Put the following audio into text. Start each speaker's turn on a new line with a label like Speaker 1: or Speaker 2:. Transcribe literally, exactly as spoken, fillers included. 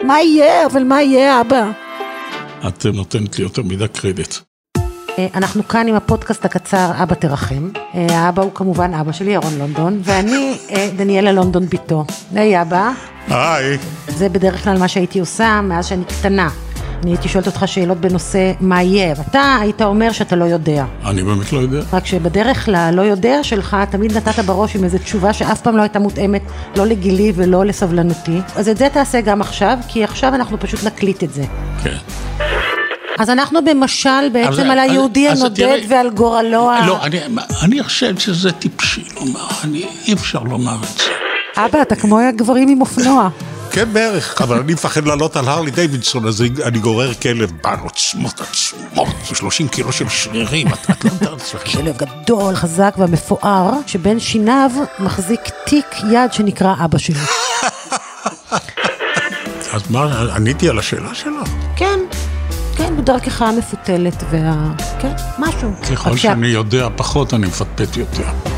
Speaker 1: מה יהיה? אבל מה יהיה, אבא?
Speaker 2: את נותנת לי יותר מדי קרדיט.
Speaker 1: אנחנו כאן עם הפודקאסט הקצר אבא תרחם. האבא הוא כמובן אבא שלי, ירון לונדון, ואני דניאלה לונדון ביתו. היי אבא.
Speaker 2: היי.
Speaker 1: זה בדרך כלל מה שהייתי עושה מאז שאני קטנה. אני הייתי שואלת אותך שאלות בנושא מה יהיה, ואתה היית אומר שאתה לא יודע.
Speaker 2: אני באמת לא יודע.
Speaker 1: רק שבדרך ללא יודע שלך, תמיד נתת בראש עם איזו תשובה שאף פעם לא הייתה מותאמת, לא לגילי ולא לסבלנותי. אז את זה תעשה גם עכשיו, כי עכשיו אנחנו פשוט נקליט את זה.
Speaker 2: כן.
Speaker 1: אז אנחנו במשל בעצם
Speaker 2: אז,
Speaker 1: על היהודי
Speaker 2: אז,
Speaker 1: הנודד
Speaker 2: אז
Speaker 1: ועל גורלו.
Speaker 2: לא, אני, אני חושב שזה טיפשי לומר, אני, אי אפשר לומר את זה.
Speaker 1: אבא, אתה כמו הגברים עם אופנוע.
Speaker 2: כן, בערך, אבל אני מפחד לעלות על הרלי דיווידסון, אז אני גורר כלב בעל עוצמות עצמות, שלושים קילו של שרירים, את, את לא יודעת את זה.
Speaker 1: כלב גדול, חזק ומפואר, שבין שיניו מחזיק תיק יד שנקרא אבא שלי.
Speaker 2: אז מה, עניתי על השאלה שלך?
Speaker 1: כן, כן, בדרכך המפותלת וה... כן, משהו.
Speaker 2: ככל שאני יודע פחות, אני מפטפט יותר.